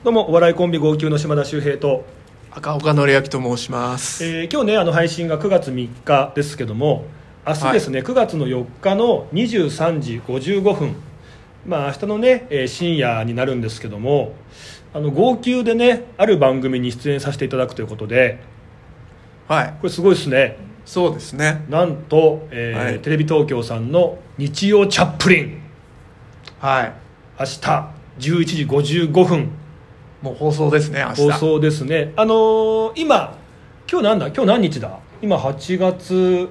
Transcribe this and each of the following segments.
どうもお笑いコンビ号泣の島田秀平と赤岡典明と申します。 今日ね配信が9月3日ですけども、明日ですね、9月の4日の23時55分、明日のね、深夜になるんですけども、号泣でねある番組に出演させていただくということで、 はい、 これすごいですね。 そうですね。 なんと、テレビ東京さんの日曜チャップリン、 はい、 明日11時55分もう放送ですね。明日放送ですね。今日何日だ、今8月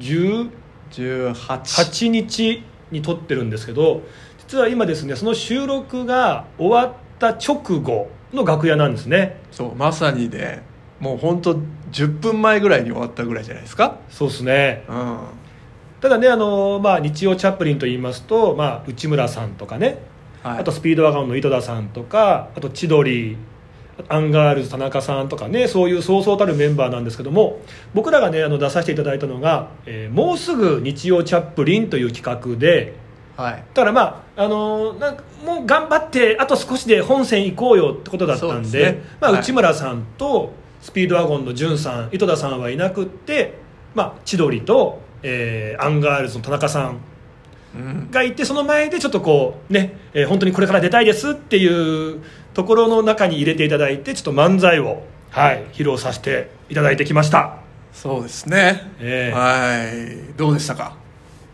18日に撮ってるんですけど、実は今ですねその収録が終わった直後の楽屋なんですね。 そうまさにね、もう本当10分前ぐらいに終わったぐらいじゃないですか。 そうですね、 うん、 ただね日曜チャップリンと言いますと、内村さんとかね、 はい、 あとスピードワゴンの井戸田さんとか、あと千鳥、アンガールズ田中さんとかね、そういうそうそうたるメンバーなんですけども、僕らがね出させていただいたのが、もうすぐ日曜チャップリンという企画で、 はい、 だからなんかもう頑張ってあと少しで本線行こうよってことだったん で、 ね、はい、 内村さんとスピードワゴンの潤さん、井戸田さんはいなくって、千鳥と、アンガールズの田中さんがいて、その前でちょっとこうね、本当にこれから出たいですっていうところの中に入れていただいて、ちょっと漫才を、披露させていただいてきました。 そうですね、はい、どうでしたか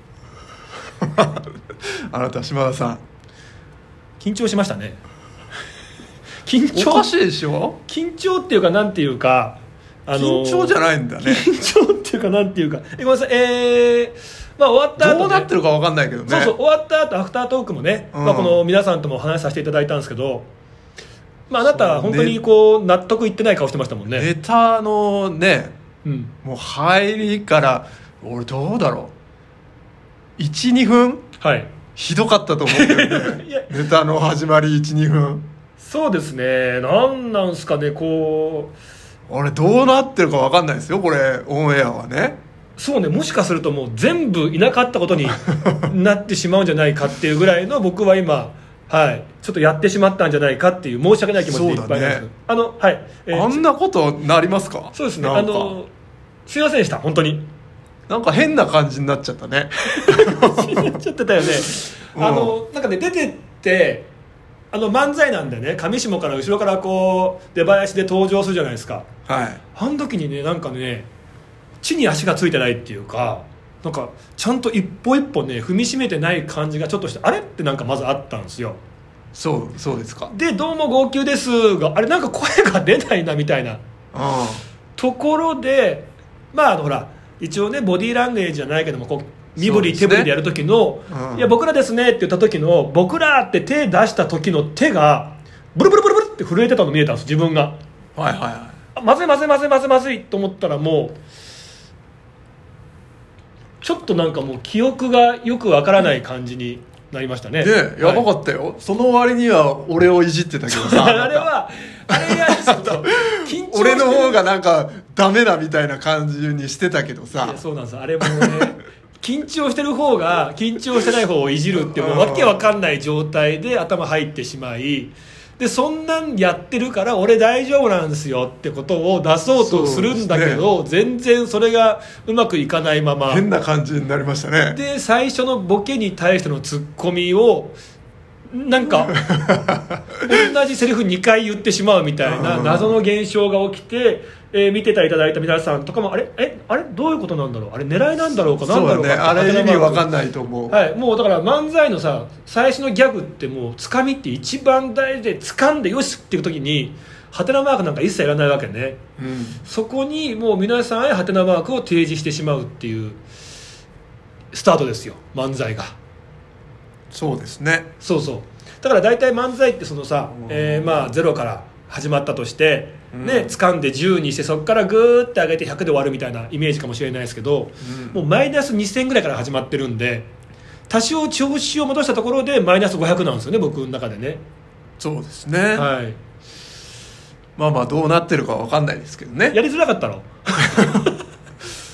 あなた島田さん。 緊張しましたね。 おかしいでしょ。 緊張っていうかなんていうか、 緊張じゃないんだね。 緊張っていうかなんていうか、ごめんなさい、終わった後、ね、 どうなってるか分かんないけどね。 そう終わった後アフタートークもね、この皆さんとも話させていただいたんですけど、あなたは本当にこう納得いってない顔してましたもんね。 ネタのね、もう入りから俺どうだろう、 1,2 分、 はい、 ひどかったと思うけどねネタの始まり 1,2 分。 そうですね、なんすかね、こう俺どうなってるか分かんないですよ、これオンエアはね。 そうね、もしかするともう全部いなかったことになってしまうんじゃないかっていうぐらいの僕は今、ちょっとやってしまったんじゃないかっていう申し訳ない気持ちでいっぱいなんですけど、 あんなことなりますか。 そうですね、すいませんでした、本当に。 なんか変な感じになっちゃったねなっちゃってたよねなんかね、出てって漫才なんでね、上下から後ろからこう出囃子で登場するじゃないですか。 はい、 あの時にね、なんかね、地に足がついてないっていうか、なんかちゃんと一歩一歩ね踏みしめてない感じがちょっとして、あれってなんかまずあったんですよ。 そうですか。 で、どうも号泣ですが、あれなんか声が出ないなみたいなところで、ほら一応ねボディーランゲージじゃないけども、こう身振り手振りでやる時の、いや僕らですねって言った時の、僕らって手出した時の手がブルブルブルブルって震えてたの見えたんです、自分が。まずいまずいまずいまずいまずいと思ったら、もうちょっとなんかもう記憶がよくわからない感じになりましたね。 やばかったよ、その割には俺をいじってたけどさあれはちょっと緊張して俺の方がなんかダメだみたいな感じにしてたけどさ。 いやそうなんです、あれもね緊張してる方が緊張してない方をいじるっていう、もうわけわかんない状態で頭入ってしまい、でそんなんやってるから俺大丈夫なんですよってことを出そうとするんだけど、全然それがうまくいかないまま変な感じになりましたね。 で最初のボケに対してのツッコミをなんか同じセリフ2回言ってしまうみたいな謎の現象が起きて、見ていただいた皆さんとかもあれどういうことなんだろう、あれ狙いなんだろうか、なんだろうか、 あれ意味わかんないと思う。 もうだから漫才のさ、最初のギャグってもうつかみって一番大事で、つかんでよしっていう時にハテナマークなんか一切いらないわけね、そこにもう皆さんへハテナマークを提示してしまうっていうスタートですよ、漫才が。 そうですね。 そうだから大体漫才ってそのさ、ゼロから始まったとしてね、掴んで10にしてそこからグーって上げて100で終わるみたいなイメージかもしれないですけど、もうマイナス2000ぐらいから始まってるんで、多少調子を戻したところでマイナス500なんですよね、僕の中でね。 そうですね、どうなってるか分かんないですけどね。 やりづらかったの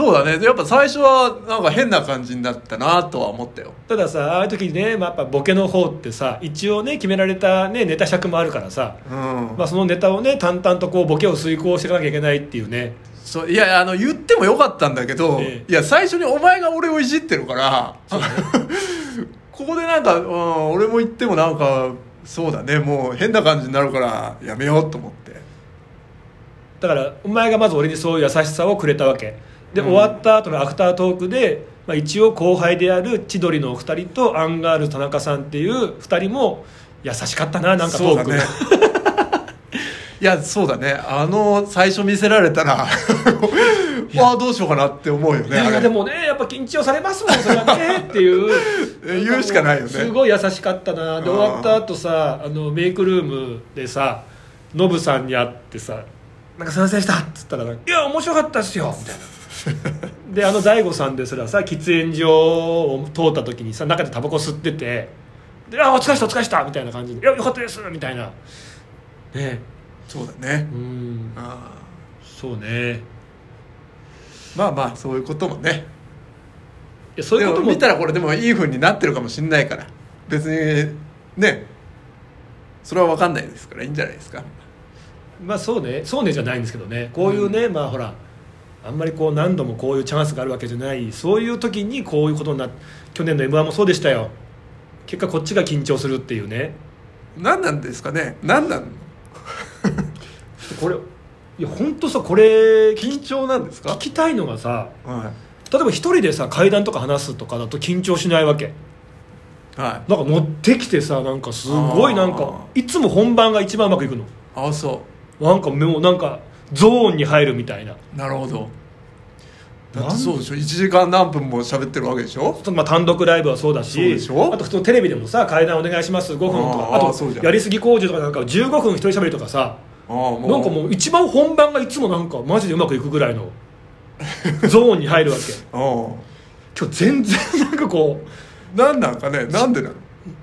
そうだね。やっぱ最初はなんか変な感じになったなとは思ったよ。 たださ、ああいう時にね、やっぱボケの方ってさ、一応ね決められた、ね、ネタ尺もあるからさ、そのネタをね淡々とこうボケを遂行していかなきゃいけないっていうね。 そう、いや言ってもよかったんだけど、いや最初にお前が俺をいじってるから、ね、ここでなんか、俺も言ってもなんかそうだね、もう変な感じになるからやめようと思って。 だからお前がまず俺にそういう優しさをくれたわけで、終わった後のアフタートークで、一応後輩である千鳥のお二人とアンガールズ田中さんっていう二人も優しかったな、なんかトーク。 いやそうだね、最初見せられたらどうしようかなって思うよね。 いやでもね、やっぱ緊張されますもんそれはねっていう言うしかないよね。 すごい優しかったな。で終わった後さ、メイクルームでさノブさんに会ってさ、なんかすいませんでしたっつったら、いや面白かったっすよみたいなで大悟さんですらさ、喫煙所を通った時にさ、中でタバコ吸ってて、でお疲れしたお疲れしたみたいな感じで、いやよかったですみたいなね。 そうだね。 そうね。 まあそういうこともね。 いやそういうことも見たらこれでもいい風になってるかもしれないから、別にね、それは分かんないですからいいんじゃないですか。 そうねじゃないんですけどね、こういうね、ほらあんまりこう何度もこういうチャンスがあるわけじゃない、そういう時にこういうことになって、去年の M−1 もそうでしたよ。結果こっちが緊張するっていうね。 何なんですかね、何なんこれいや本当さ、これ緊張なんですか。 聞きたいのがさ、例えば一人でさ階段とか話すとかだと緊張しないわけ。なんか持ってきてさ、なんかすごいなんかいつも本番が一番うまくいくの。そうなんかもうなんかゾーンに入るみたいな。 なるほど。だってそうでしょ、1時間何分も喋ってるわけでしょ。 単独ライブはそうだし、あと普通テレビでもさ、階段お願いします5分とか、あとやりすぎ工事とかなんか15分一人喋りとかさ、なんかもう一番本番がいつもなんかマジでうまくいくぐらいのゾーンに入るわけ今日全然なんかこうなんかね、なんでなの。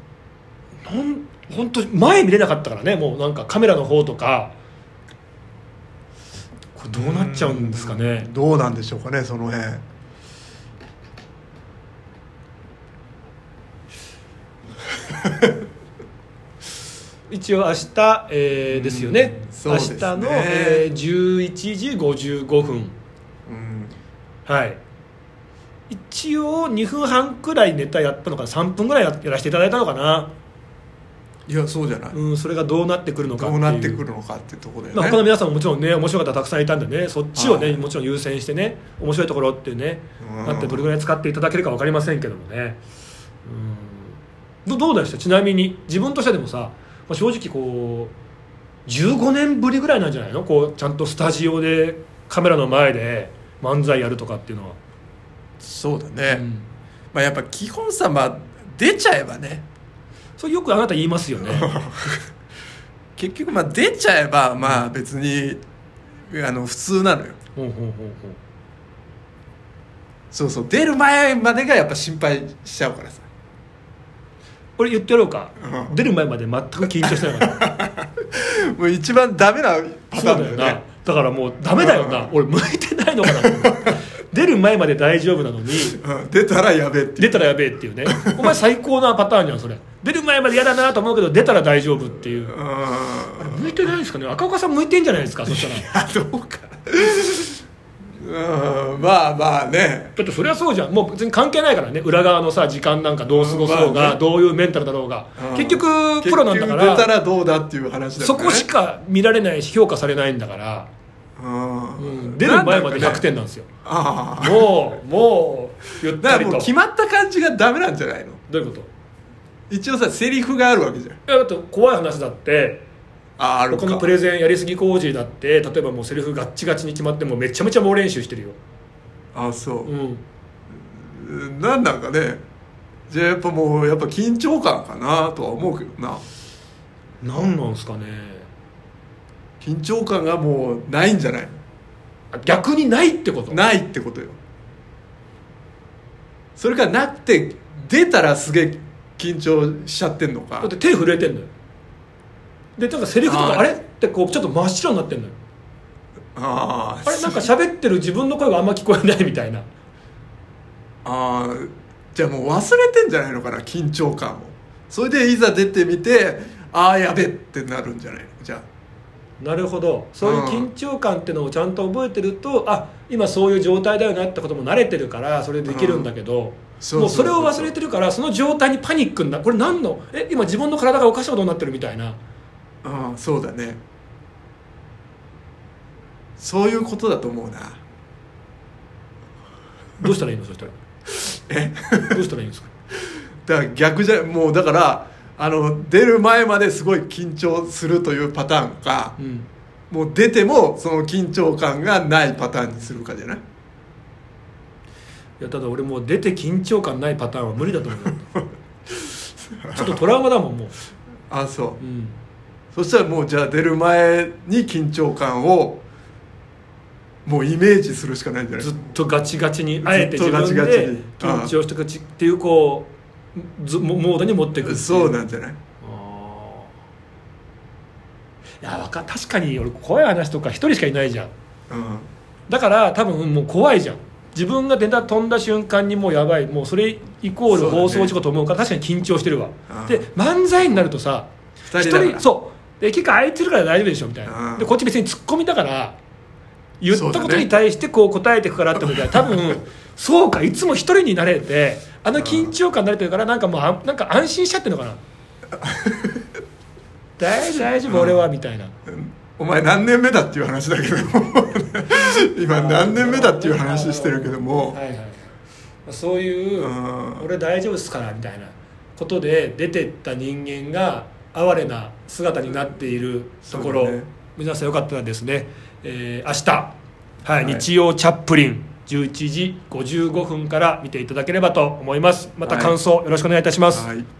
本当前見れなかったからね、もうなんかカメラの方とか、これどうなっちゃうんですかね。 どうなんでしょうかね、その辺。 一応明日、ですよね。 そうですね、 明日の、11時55分、はい。一応2分半くらいネタやったのかな、3分ぐらいやらせていただいたのかな。 いやそうじゃない、 それがどうなってくるのかっていう、 どうなってくるのかっていうところで、ね、 他の皆さんももちろんね面白い方たくさんいたんでね、そっちをねもちろん優先してね、面白いところってねあって、どれぐらい使っていただけるか分かりませんけどもね。どうでした。ちなみに自分としてでもさ、正直こう15年ぶりぐらいなんじゃないの、こうちゃんとスタジオでカメラの前で漫才やるとかっていうのは。 そうだね、やっぱ基本さ、出ちゃえばね、 それよくあなた言いますよね結局出ちゃえば別に普通なのよ。そう出る前までがやっぱ心配しちゃうからさ。 俺言ってやろうか、出る前まで全く緊張してなかったもう一番ダメなパターンだよね。 そうだよな。だからもうダメだよな、俺向いてないのかな出る前まで大丈夫なのに、 出たらやべえっていうねお前最高なパターンじゃんそれ。出る前まで嫌だなと思うけど出たら大丈夫っていう。向いてないんですかね。赤岡さん向いてんじゃないですか、そしたら。 いやどうかね。 だってそれはそうじゃん、もう別に関係ないからね、裏側のさ時間なんかどう過ごそうが、どういうメンタルだろうが、結局プロなんだから、 出たらどうだっていう話だから、ね、 そこしか見られないし評価されないんだから、出る前まで100点なんですよ。もうゆったりと。 だからもう決まった感じがダメなんじゃないの。 どういうこと。 一応さセリフがあるわけじゃん。いやだって怖い話だって、 あるか。 このプレゼンやりすぎ工事だって、例えばもうセリフガッチガチに決まってもめちゃめちゃ猛練習してるよ。 そう、なんかね、じゃあやっぱ緊張感かなとは思うけどな。 なんなんすかね。 緊張感がもうないんじゃない。 逆にないってこと。 ないってことよ。それからなくて出たらすげえ緊張しちゃってんのか。 だって手震えてんのよ。でなんかセリフとかあれってこうちょっと真っ白になってんのよ。 あれなんか喋ってる自分の声があんま聞こえないみたいな。 じゃあもう忘れてんじゃないのかな、緊張感を。それでいざ出てみてやべってなるんじゃないの。じゃあなるほど、そういう緊張感っていうのをちゃんと覚えてると、今そういう状態だよなってことも慣れてるからそれできるんだけど、もうそれを忘れてるからその状態にパニックになる。これ何の今自分の体がおかしいことになってるみたいな。 そうだね、そういうことだと思うな。 どうしたらいいのそしたらどうしたらいいんですか。 だから逆じゃもうだから出る前まですごい緊張するというパターンか、もう出てもその緊張感がないパターンにするかじゃない。いやただ俺もう出て緊張感ないパターンは無理だと思うちょっとトラウマだもんもう。 そう、そしたらもうじゃあ出る前に緊張感をもうイメージするしかないんじゃない。 ずっとガチガチにあえて自分で緊張して口っていうモードに持っていく。 そうなんじゃない。 いや確かに俺怖い話とか一人しかいないじゃん、だから多分もう怖いじゃん。自分が飛んだ瞬間にもうやばい、もうそれイコール放送事故と思うから確かに緊張してるわ。で漫才になるとさ一人そうで結構空いてるから大丈夫でしょみたいな。でこっち別にツッコミだから言ったことに対してこう答えていくからって思ったら、多分そうかいつも一人になれて緊張感になれてるからなんかもうなんか安心しちゃってるのかな大丈夫俺はみたいな。 お前何年目だっていう話だけど今何年目だっていう話してるけども、 そういう俺大丈夫ですからみたいなことで出てった人間が哀れな姿になっているところ、皆さんよかったらですね、明日、日曜チャップリン11時55分から見ていただければと思います。また感想よろしくお願いいたします。